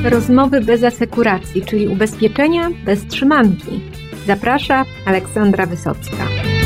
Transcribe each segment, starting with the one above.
Rozmowy bez asekuracji, czyli ubezpieczenia bez trzymanki. Zaprasza Aleksandra Wysocka.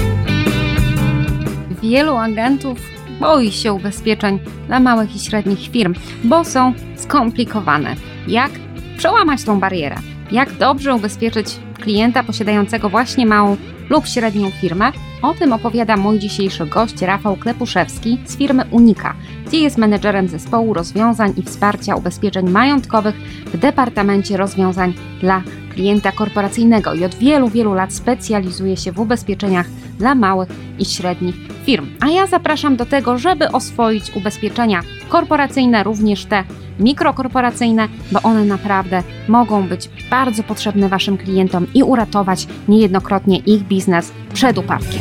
Wielu agentów boi się ubezpieczeń dla małych i średnich firm, bo są skomplikowane. Jak przełamać tą barierę? Jak dobrze ubezpieczyć klienta posiadającego właśnie małą lub średnią firmę? O tym opowiada mój dzisiejszy gość Rafał Klepuszewski z firmy Unika, gdzie jest menedżerem zespołu rozwiązań i wsparcia ubezpieczeń majątkowych w Departamencie Rozwiązań dla Klienta Korporacyjnego i od wielu lat specjalizuje się w ubezpieczeniach dla małych i średnich firm. A ja zapraszam do tego, żeby oswoić ubezpieczenia korporacyjne, również te mikrokorporacyjne, bo one naprawdę mogą być bardzo potrzebne Waszym klientom i uratować niejednokrotnie ich biznes przed upadkiem.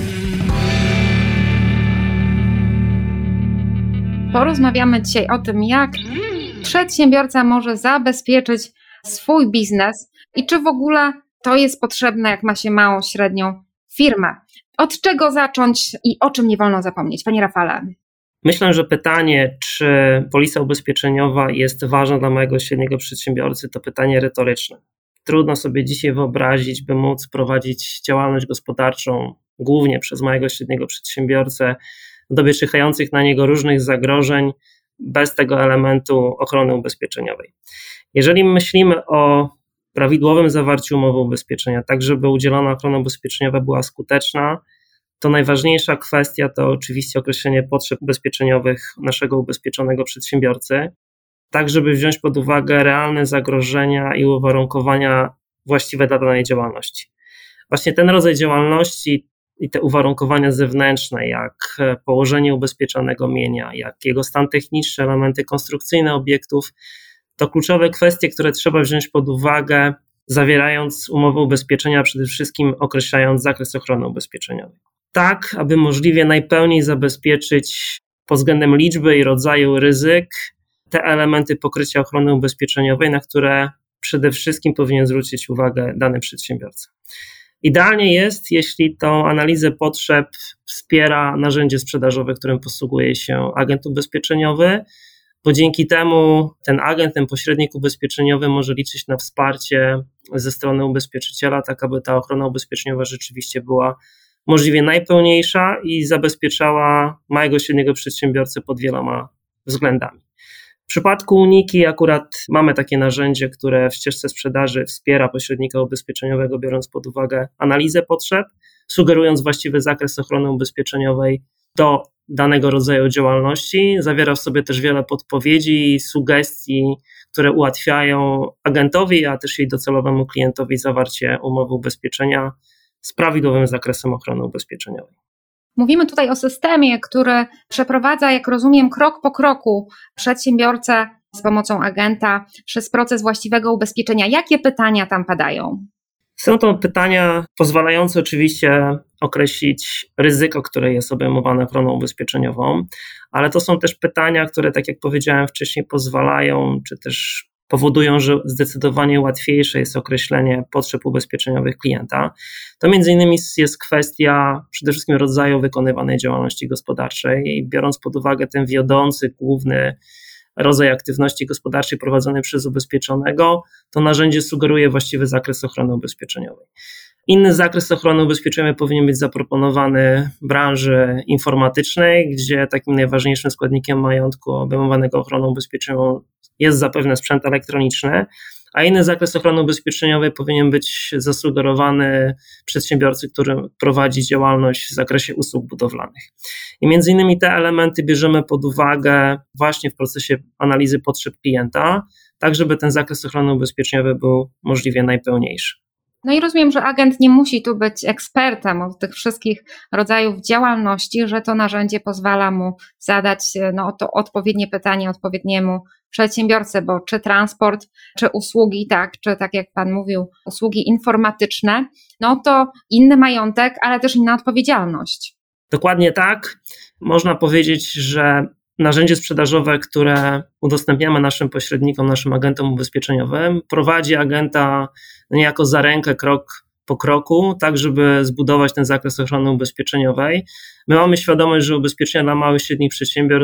Porozmawiamy dzisiaj o tym, jak przedsiębiorca może zabezpieczyć swój biznes i czy w ogóle to jest potrzebne, jak ma się małą, średnią firmę. Od czego zacząć i o czym nie wolno zapomnieć? Panie Rafale. Myślę, że pytanie, czy polisa ubezpieczeniowa jest ważna dla małego średniego przedsiębiorcy, to pytanie retoryczne. Trudno sobie dzisiaj wyobrazić, by móc prowadzić działalność gospodarczą głównie przez małego średniego przedsiębiorcę w dobie czyhających na niego różnych zagrożeń bez tego elementu ochrony ubezpieczeniowej. Jeżeli myślimy o prawidłowym zawarciu umowy ubezpieczenia, tak żeby udzielona ochrona ubezpieczeniowa była skuteczna, to najważniejsza kwestia to oczywiście określenie potrzeb ubezpieczeniowych naszego ubezpieczonego przedsiębiorcy, tak żeby wziąć pod uwagę realne zagrożenia i uwarunkowania właściwe dla danej działalności. Właśnie ten rodzaj działalności i te uwarunkowania zewnętrzne, jak położenie ubezpieczonego mienia, jak jego stan techniczny, elementy konstrukcyjne obiektów, to kluczowe kwestie, które trzeba wziąć pod uwagę, zawierając umowę ubezpieczenia, przede wszystkim określając zakres ochrony ubezpieczeniowej. Tak, aby możliwie najpełniej zabezpieczyć pod względem liczby i rodzaju ryzyk te elementy pokrycia ochrony ubezpieczeniowej, na które przede wszystkim powinien zwrócić uwagę dany przedsiębiorca. Idealnie jest, jeśli tą analizę potrzeb wspiera narzędzie sprzedażowe, którym posługuje się agent ubezpieczeniowy, bo dzięki temu ten agent, ten pośrednik ubezpieczeniowy może liczyć na wsparcie ze strony ubezpieczyciela, tak aby ta ochrona ubezpieczeniowa rzeczywiście była możliwie najpełniejsza i zabezpieczała małego średniego przedsiębiorcę pod wieloma względami. W przypadku Uniki akurat mamy takie narzędzie, które w ścieżce sprzedaży wspiera pośrednika ubezpieczeniowego, biorąc pod uwagę analizę potrzeb, sugerując właściwy zakres ochrony ubezpieczeniowej do danego rodzaju działalności. Zawiera w sobie też wiele podpowiedzi i sugestii, które ułatwiają agentowi, a też jej docelowemu klientowi zawarcie umowy ubezpieczenia z prawidłowym zakresem ochrony ubezpieczeniowej. Mówimy tutaj o systemie, który przeprowadza, jak rozumiem, krok po kroku przedsiębiorcę z pomocą agenta przez proces właściwego ubezpieczenia. Jakie pytania tam padają? Są to pytania pozwalające oczywiście określić ryzyko, które jest obejmowane ochroną ubezpieczeniową, ale to są też pytania, które, tak jak powiedziałem wcześniej, pozwalają, czy też powodują, że zdecydowanie łatwiejsze jest określenie potrzeb ubezpieczeniowych klienta. To między innymi jest kwestia przede wszystkim rodzaju wykonywanej działalności gospodarczej i biorąc pod uwagę ten wiodący, główny rodzaj aktywności gospodarczej prowadzonej przez ubezpieczonego, to narzędzie sugeruje właściwy zakres ochrony ubezpieczeniowej. Inny zakres ochrony ubezpieczeniowej powinien być zaproponowany branży informatycznej, gdzie takim najważniejszym składnikiem majątku obejmowanego ochroną ubezpieczeniową jest zapewne sprzęt elektroniczny, a inny zakres ochrony ubezpieczeniowej powinien być zasugerowany przedsiębiorcy, który prowadzi działalność w zakresie usług budowlanych. I między innymi te elementy bierzemy pod uwagę właśnie w procesie analizy potrzeb klienta, tak żeby ten zakres ochrony ubezpieczeniowej był możliwie najpełniejszy. No i rozumiem, że agent nie musi tu być ekspertem od tych wszystkich rodzajów działalności, że to narzędzie pozwala mu zadać to odpowiednie pytanie odpowiedniemu przedsiębiorcy, bo czy transport, czy usługi, czy tak jak Pan mówił, usługi informatyczne, to inny majątek, ale też inna odpowiedzialność. Dokładnie tak. Można powiedzieć, że narzędzie sprzedażowe, które udostępniamy naszym pośrednikom, naszym agentom ubezpieczeniowym, prowadzi agenta niejako za rękę, krok po kroku, tak żeby zbudować ten zakres ochrony ubezpieczeniowej. My mamy świadomość, że ubezpieczenia dla małych i średnich przedsiębiorstw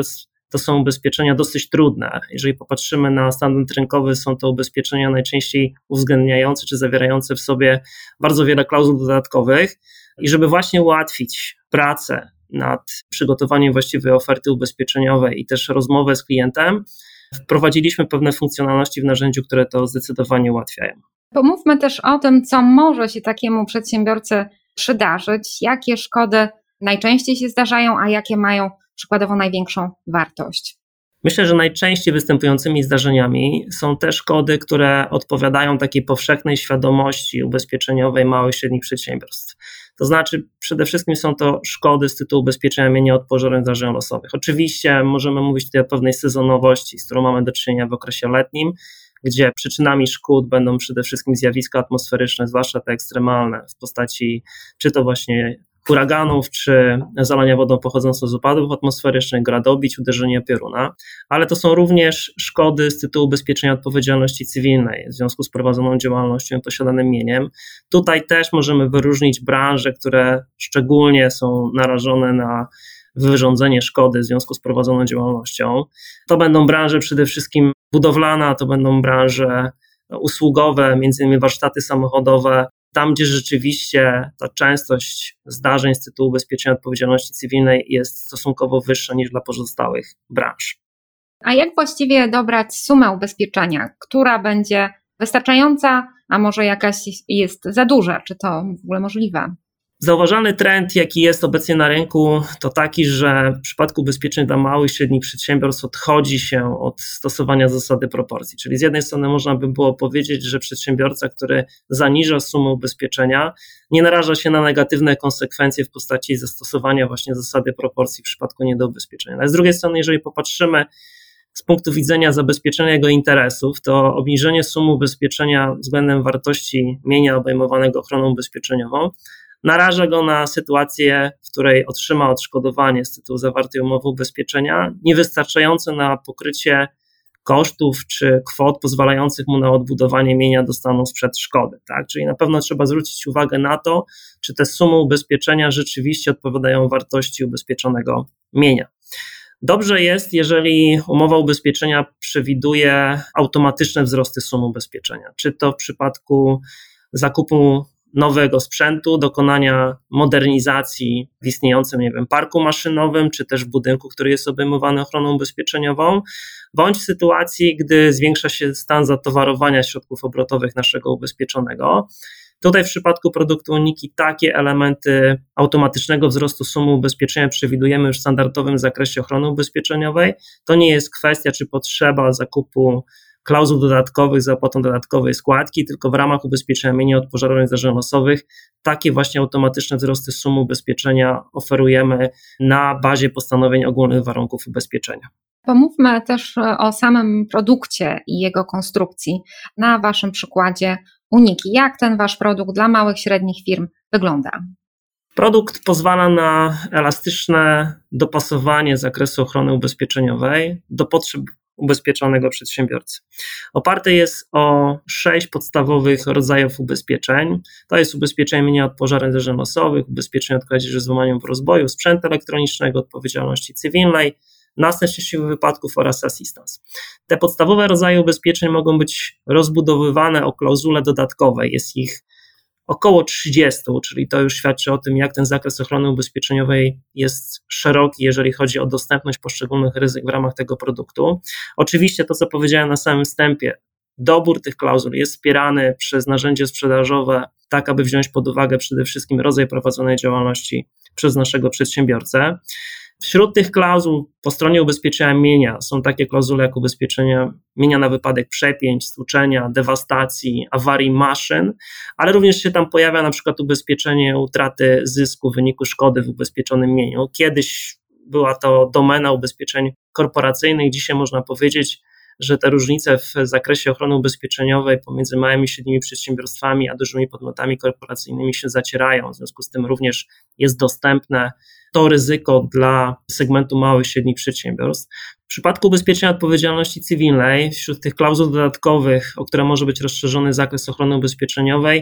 to są ubezpieczenia dosyć trudne. Jeżeli popatrzymy na standard rynkowy, są to ubezpieczenia najczęściej uwzględniające czy zawierające w sobie bardzo wiele klauzul dodatkowych i żeby właśnie ułatwić pracę nad przygotowaniem właściwej oferty ubezpieczeniowej i też rozmowę z klientem, wprowadziliśmy pewne funkcjonalności w narzędziu, które to zdecydowanie ułatwiają. Pomówmy też o tym, co może się takiemu przedsiębiorcy przydarzyć, jakie szkody najczęściej się zdarzają, a jakie mają przykładowo największą wartość. Myślę, że najczęściej występującymi zdarzeniami są te szkody, które odpowiadają takiej powszechnej świadomości ubezpieczeniowej małych i średnich przedsiębiorstw. To znaczy przede wszystkim są to szkody z tytułu ubezpieczenia mienia od pożarów i zdarzeń losowych. Oczywiście możemy mówić tutaj o pewnej sezonowości, z którą mamy do czynienia w okresie letnim, gdzie przyczynami szkód będą przede wszystkim zjawiska atmosferyczne, zwłaszcza te ekstremalne w postaci czy to właśnie huraganów, czy zalania wodą pochodzącą z opadów atmosferycznych, gradobić, uderzenia pioruna, ale to są również szkody z tytułu ubezpieczenia odpowiedzialności cywilnej w związku z prowadzoną działalnością i posiadanym mieniem. Tutaj też możemy wyróżnić branże, które szczególnie są narażone na wyrządzenie szkody w związku z prowadzoną działalnością. To będą branże przede wszystkim budowlana, to będą branże usługowe, między innymi warsztaty samochodowe, tam gdzie rzeczywiście ta częstość zdarzeń z tytułu ubezpieczenia odpowiedzialności cywilnej jest stosunkowo wyższa niż dla pozostałych branż. A jak właściwie dobrać sumę ubezpieczenia, która będzie wystarczająca, a może jakaś jest za duża? Czy to w ogóle możliwe? Zauważalny trend, jaki jest obecnie na rynku, to taki, że w przypadku ubezpieczeń dla małych i średnich przedsiębiorstw odchodzi się od stosowania zasady proporcji. Czyli z jednej strony można by było powiedzieć, że przedsiębiorca, który zaniża sumę ubezpieczenia, nie naraża się na negatywne konsekwencje w postaci zastosowania właśnie zasady proporcji w przypadku niedoubezpieczenia. Ale z drugiej strony, jeżeli popatrzymy z punktu widzenia zabezpieczenia jego interesów, to obniżenie sumy ubezpieczenia względem wartości mienia obejmowanego ochroną ubezpieczeniową naraża go na sytuację, w której otrzyma odszkodowanie z tytułu zawartej umowy ubezpieczenia niewystarczające na pokrycie kosztów czy kwot pozwalających mu na odbudowanie mienia dostaną sprzed szkody. Tak? Czyli na pewno trzeba zwrócić uwagę na to, czy te sumy ubezpieczenia rzeczywiście odpowiadają wartości ubezpieczonego mienia. Dobrze jest, jeżeli umowa ubezpieczenia przewiduje automatyczne wzrosty sum ubezpieczenia, czy to w przypadku zakupu nowego sprzętu, dokonania modernizacji w istniejącym, parku maszynowym, czy też w budynku, który jest obejmowany ochroną ubezpieczeniową, bądź w sytuacji, gdy zwiększa się stan zatowarowania środków obrotowych naszego ubezpieczonego. Tutaj w przypadku produktu Uniki takie elementy automatycznego wzrostu sumy ubezpieczenia przewidujemy już w standardowym zakresie ochrony ubezpieczeniowej. To nie jest kwestia czy potrzeba zakupu klauzul dodatkowych za opłatą dodatkowej składki, tylko w ramach ubezpieczenia mienia od pożarowych zdarzeń losowych takie właśnie automatyczne wzrosty sumy ubezpieczenia oferujemy na bazie postanowień ogólnych warunków ubezpieczenia. Pomówmy też o samym produkcie i jego konstrukcji. Na waszym przykładzie Uniki. Jak ten wasz produkt dla małych i średnich firm wygląda? Produkt pozwala na elastyczne dopasowanie zakresu ochrony ubezpieczeniowej do potrzeb ubezpieczonego przedsiębiorcy. Oparty jest o 6 podstawowych rodzajów ubezpieczeń. To jest ubezpieczenie mienia od pożarów zdarzeń losowych, ubezpieczenie od kradzieży, złamania lub rozboju, sprzętu elektronicznego, odpowiedzialności cywilnej, następstw szczęśliwych wypadków oraz asystans. Te podstawowe rodzaje ubezpieczeń mogą być rozbudowywane o klauzule dodatkowe. Jest ich około 30, czyli to już świadczy o tym, jak ten zakres ochrony ubezpieczeniowej jest szeroki, jeżeli chodzi o dostępność poszczególnych ryzyk w ramach tego produktu. Oczywiście to, co powiedziałem na samym wstępie, dobór tych klauzul jest wspierany przez narzędzie sprzedażowe, tak aby wziąć pod uwagę przede wszystkim rodzaj prowadzonej działalności przez naszego przedsiębiorcę. Wśród tych klauzul po stronie ubezpieczenia mienia są takie klauzule jak ubezpieczenia mienia na wypadek przepięć, stłuczenia, dewastacji, awarii maszyn, ale również się tam pojawia na przykład ubezpieczenie utraty zysku w wyniku szkody w ubezpieczonym mieniu. Kiedyś była to domena ubezpieczeń korporacyjnych, dzisiaj można powiedzieć, że te różnice w zakresie ochrony ubezpieczeniowej pomiędzy małymi i średnimi przedsiębiorstwami a dużymi podmiotami korporacyjnymi się zacierają, w związku z tym również jest dostępne to ryzyko dla segmentu małych i średnich przedsiębiorstw. W przypadku ubezpieczenia odpowiedzialności cywilnej, wśród tych klauzul dodatkowych, o które może być rozszerzony zakres ochrony ubezpieczeniowej,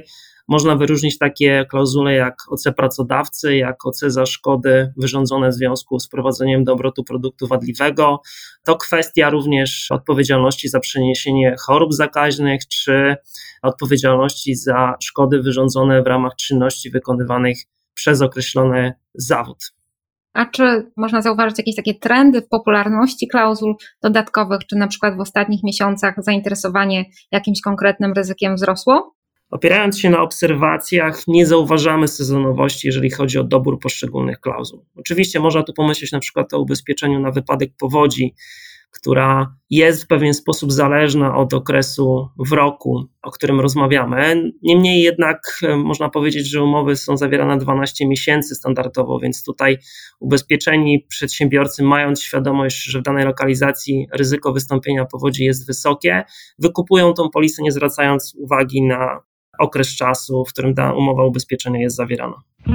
można wyróżnić takie klauzule jak OC pracodawcy, jak OC za szkody wyrządzone w związku z wprowadzeniem do obrotu produktu wadliwego. To kwestia również odpowiedzialności za przeniesienie chorób zakaźnych, czy odpowiedzialności za szkody wyrządzone w ramach czynności wykonywanych przez określony zawód. A czy można zauważyć jakieś takie trendy w popularności klauzul dodatkowych, czy na przykład w ostatnich miesiącach zainteresowanie jakimś konkretnym ryzykiem wzrosło? Opierając się na obserwacjach, nie zauważamy sezonowości, jeżeli chodzi o dobór poszczególnych klauzul. Oczywiście można tu pomyśleć na przykład o ubezpieczeniu na wypadek powodzi, która jest w pewien sposób zależna od okresu w roku, o którym rozmawiamy. Niemniej jednak można powiedzieć, że umowy są zawierane 12 miesięcy standardowo, więc tutaj ubezpieczeni przedsiębiorcy, mając świadomość, że w danej lokalizacji ryzyko wystąpienia powodzi jest wysokie, wykupują tą polisę, nie zwracając uwagi na okres czasu, w którym ta umowa ubezpieczenia jest zawierana.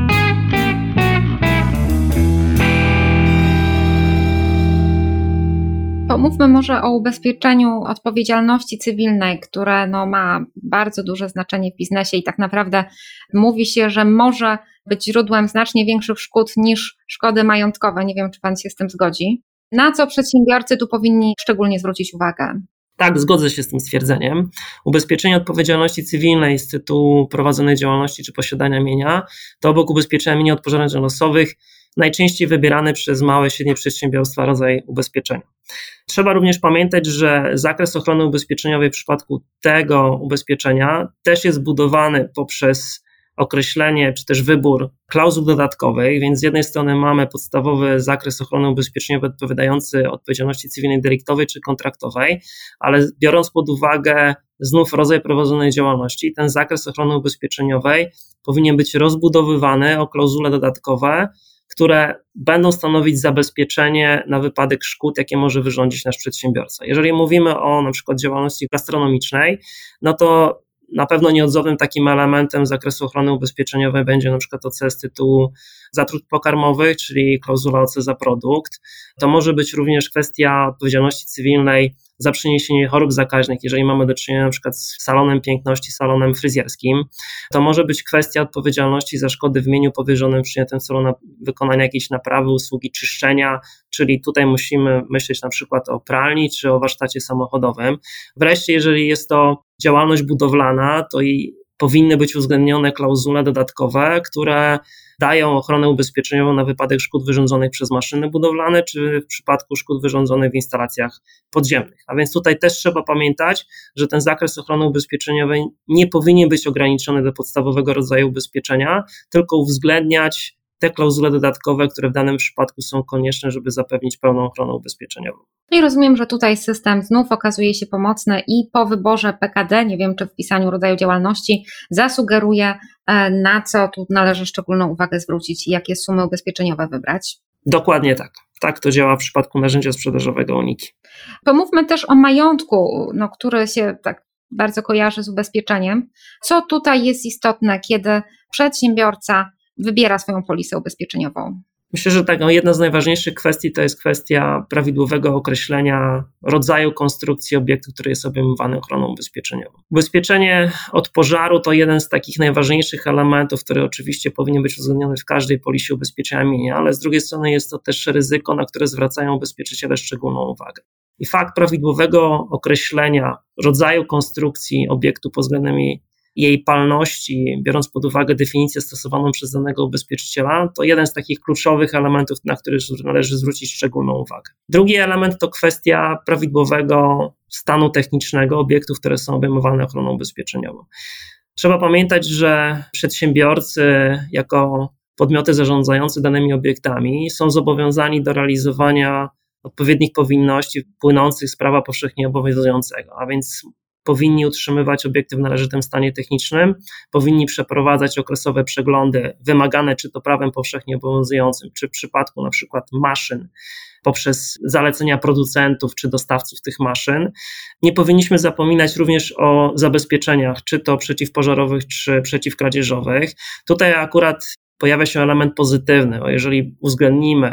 Pomówmy może o ubezpieczeniu odpowiedzialności cywilnej, które ma bardzo duże znaczenie w biznesie i tak naprawdę mówi się, że może być źródłem znacznie większych szkód niż szkody majątkowe. Nie wiem, czy pan się z tym zgodzi. Na co przedsiębiorcy tu powinni szczególnie zwrócić uwagę? Tak, zgodzę się z tym stwierdzeniem. Ubezpieczenie odpowiedzialności cywilnej z tytułu prowadzonej działalności czy posiadania mienia to obok ubezpieczenia mienia od pożarów losowych najczęściej wybierany przez małe i średnie przedsiębiorstwa rodzaj ubezpieczenia. Trzeba również pamiętać, że zakres ochrony ubezpieczeniowej w przypadku tego ubezpieczenia też jest budowany poprzez określenie czy też wybór klauzul dodatkowych, więc z jednej strony mamy podstawowy zakres ochrony ubezpieczeniowej odpowiadający odpowiedzialności cywilnej deliktowej czy kontraktowej, ale biorąc pod uwagę znów rodzaj prowadzonej działalności, ten zakres ochrony ubezpieczeniowej powinien być rozbudowywany o klauzule dodatkowe, które będą stanowić zabezpieczenie na wypadek szkód, jakie może wyrządzić nasz przedsiębiorca. Jeżeli mówimy o na przykład działalności gastronomicznej, no to na pewno nieodzownym takim elementem zakresu ochrony ubezpieczeniowej będzie na przykład OC z tytułu zatrut pokarmowych, czyli klauzula OC za produkt. To może być również kwestia odpowiedzialności cywilnej za przeniesienie chorób zakaźnych, jeżeli mamy do czynienia na przykład z salonem piękności, salonem fryzjerskim. To może być kwestia odpowiedzialności za szkody w mieniu powierzonym przedmiotem w celu wykonania jakiejś naprawy, usługi czyszczenia, czyli tutaj musimy myśleć na przykład o pralni czy o warsztacie samochodowym. Wreszcie, jeżeli jest to działalność budowlana, to i powinny być uwzględnione klauzule dodatkowe, które dają ochronę ubezpieczeniową na wypadek szkód wyrządzonych przez maszyny budowlane, czy w przypadku szkód wyrządzonych w instalacjach podziemnych. A więc tutaj też trzeba pamiętać, że ten zakres ochrony ubezpieczeniowej nie powinien być ograniczony do podstawowego rodzaju ubezpieczenia, tylko uwzględniać te klauzule dodatkowe, które w danym przypadku są konieczne, żeby zapewnić pełną ochronę ubezpieczeniową. I rozumiem, że tutaj system znów okazuje się pomocny i po wyborze PKD, nie wiem czy w pisaniu rodzaju działalności, zasugeruje, na co tu należy szczególną uwagę zwrócić i jakie sumy ubezpieczeniowe wybrać. Dokładnie tak. Tak to działa w przypadku narzędzia sprzedażowego Uniki. Pomówmy też o majątku, który się tak bardzo kojarzy z ubezpieczeniem. Co tutaj jest istotne, kiedy przedsiębiorca wybiera swoją polisę ubezpieczeniową? Myślę, że jedna z najważniejszych kwestii to jest kwestia prawidłowego określenia rodzaju konstrukcji obiektu, który jest obejmowany ochroną ubezpieczeniową. Ubezpieczenie od pożaru to jeden z takich najważniejszych elementów, który oczywiście powinien być uwzględniony w każdej polisie ubezpieczenia mienia, ale z drugiej strony jest to też ryzyko, na które zwracają ubezpieczyciele szczególną uwagę. I fakt prawidłowego określenia rodzaju konstrukcji obiektu pod względem jej palności, biorąc pod uwagę definicję stosowaną przez danego ubezpieczyciela, to jeden z takich kluczowych elementów, na który należy zwrócić szczególną uwagę. Drugi element to kwestia prawidłowego stanu technicznego obiektów, które są obejmowane ochroną ubezpieczeniową. Trzeba pamiętać, że przedsiębiorcy jako podmioty zarządzające danymi obiektami są zobowiązani do realizowania odpowiednich powinności płynących z prawa powszechnie obowiązującego, a więc powinni utrzymywać obiekty w należytym stanie technicznym, powinni przeprowadzać okresowe przeglądy wymagane czy to prawem powszechnie obowiązującym, czy w przypadku na przykład maszyn poprzez zalecenia producentów czy dostawców tych maszyn. Nie powinniśmy zapominać również o zabezpieczeniach, czy to przeciwpożarowych, czy przeciwkradzieżowych. Tutaj akurat pojawia się element pozytywny, bo jeżeli uwzględnimy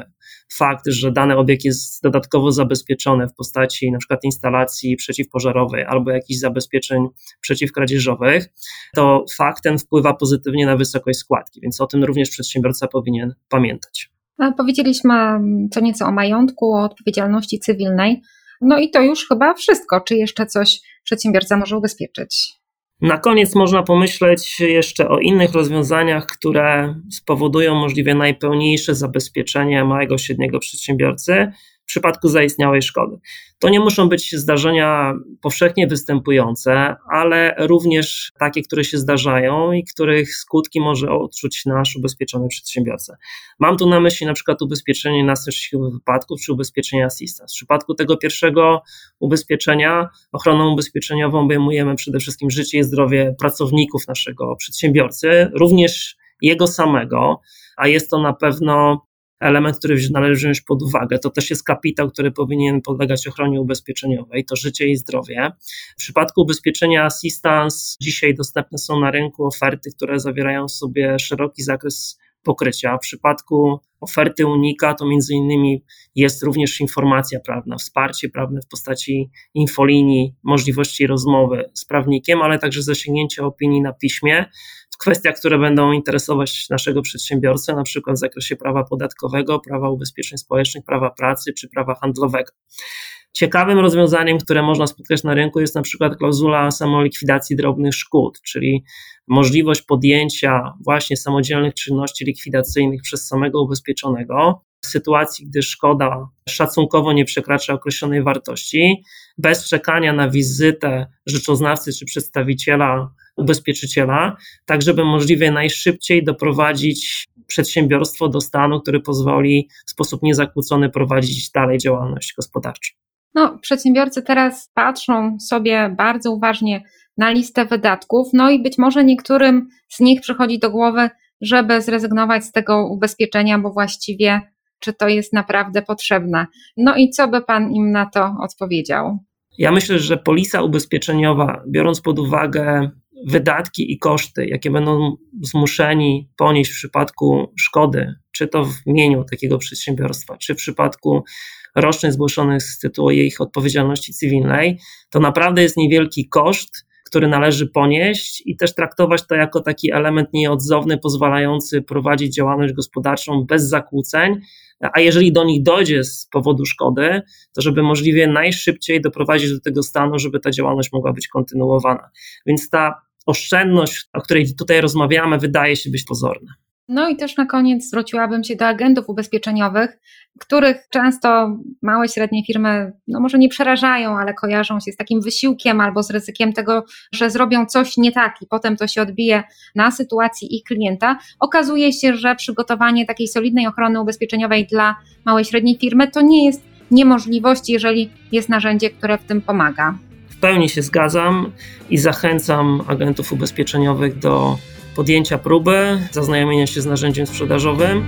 fakt, że dany obiekt jest dodatkowo zabezpieczony w postaci na przykład instalacji przeciwpożarowej albo jakichś zabezpieczeń przeciwkradzieżowych, to fakt ten wpływa pozytywnie na wysokość składki, więc o tym również przedsiębiorca powinien pamiętać. Powiedzieliśmy co nieco o majątku, o odpowiedzialności cywilnej. No i to już chyba wszystko. Czy jeszcze coś przedsiębiorca może ubezpieczyć? Na koniec można pomyśleć jeszcze o innych rozwiązaniach, które spowodują możliwie najpełniejsze zabezpieczenie małego i średniego przedsiębiorcy w przypadku zaistniałej szkody. To nie muszą być zdarzenia powszechnie występujące, ale również takie, które się zdarzają i których skutki może odczuć nasz ubezpieczony przedsiębiorca. Mam tu na myśli na przykład ubezpieczenie następstw siły wypadków czy ubezpieczenie assistance. W przypadku tego pierwszego ubezpieczenia ochroną ubezpieczeniową obejmujemy przede wszystkim życie i zdrowie pracowników naszego przedsiębiorcy, również jego samego, a jest to na pewno element, który należy wziąć pod uwagę. To też jest kapitał, który powinien podlegać ochronie ubezpieczeniowej, to życie i zdrowie. W przypadku ubezpieczenia assistance dzisiaj dostępne są na rynku oferty, które zawierają w sobie szeroki zakres pokrycia. W przypadku oferty Unika to między innymi jest również informacja prawna, wsparcie prawne w postaci infolinii, możliwości rozmowy z prawnikiem, ale także zasięgnięcie opinii na piśmie w kwestiach, które będą interesować naszego przedsiębiorcę, na przykład w zakresie prawa podatkowego, prawa ubezpieczeń społecznych, prawa pracy czy prawa handlowego. Ciekawym rozwiązaniem, które można spotkać na rynku, jest na przykład klauzula samolikwidacji drobnych szkód, czyli możliwość podjęcia właśnie samodzielnych czynności likwidacyjnych przez samego ubezpieczonego w sytuacji, gdy szkoda szacunkowo nie przekracza określonej wartości, bez czekania na wizytę rzeczoznawcy czy przedstawiciela ubezpieczyciela, tak żeby możliwie najszybciej doprowadzić przedsiębiorstwo do stanu, który pozwoli w sposób niezakłócony prowadzić dalej działalność gospodarczą. Przedsiębiorcy teraz patrzą sobie bardzo uważnie na listę wydatków, i być może niektórym z nich przychodzi do głowy, żeby zrezygnować z tego ubezpieczenia, bo właściwie czy to jest naprawdę potrzebne. I co by Pan im na to odpowiedział? Ja myślę, że polisa ubezpieczeniowa, biorąc pod uwagę wydatki i koszty, jakie będą zmuszeni ponieść w przypadku szkody, czy to w imieniu takiego przedsiębiorstwa, czy w przypadku roszczeń zgłoszonych z tytułu ich odpowiedzialności cywilnej, to naprawdę jest niewielki koszt, który należy ponieść i też traktować to jako taki element nieodzowny, pozwalający prowadzić działalność gospodarczą bez zakłóceń, a jeżeli do nich dojdzie z powodu szkody, to żeby możliwie najszybciej doprowadzić do tego stanu, żeby ta działalność mogła być kontynuowana. Więc ta oszczędność, o której tutaj rozmawiamy, wydaje się być pozorna. I też na koniec zwróciłabym się do agentów ubezpieczeniowych, których często małe i średnie firmy, może nie przerażają, ale kojarzą się z takim wysiłkiem albo z ryzykiem tego, że zrobią coś nie tak i potem to się odbije na sytuacji ich klienta. Okazuje się, że przygotowanie takiej solidnej ochrony ubezpieczeniowej dla małej i średniej firmy to nie jest niemożliwość, jeżeli jest narzędzie, które w tym pomaga. W pełni się zgadzam i zachęcam agentów ubezpieczeniowych do podjęcia próby, zaznajomienia się z narzędziem sprzedażowym.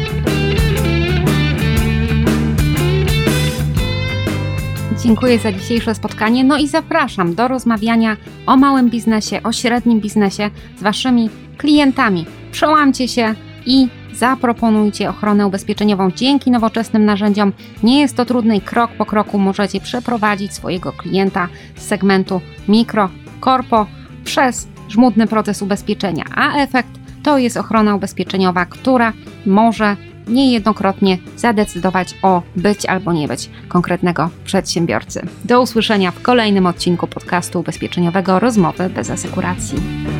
Dziękuję za dzisiejsze spotkanie, i zapraszam do rozmawiania o małym biznesie, o średnim biznesie z Waszymi klientami. Przełamcie się i zaproponujcie ochronę ubezpieczeniową. Dzięki nowoczesnym narzędziom nie jest to trudne i krok po kroku możecie przeprowadzić swojego klienta z segmentu mikro, korpo przez żmudny proces ubezpieczenia, a efekt to jest ochrona ubezpieczeniowa, która może niejednokrotnie zadecydować o być albo nie być konkretnego przedsiębiorcy. Do usłyszenia w kolejnym odcinku podcastu ubezpieczeniowego Rozmowy bez asekuracji.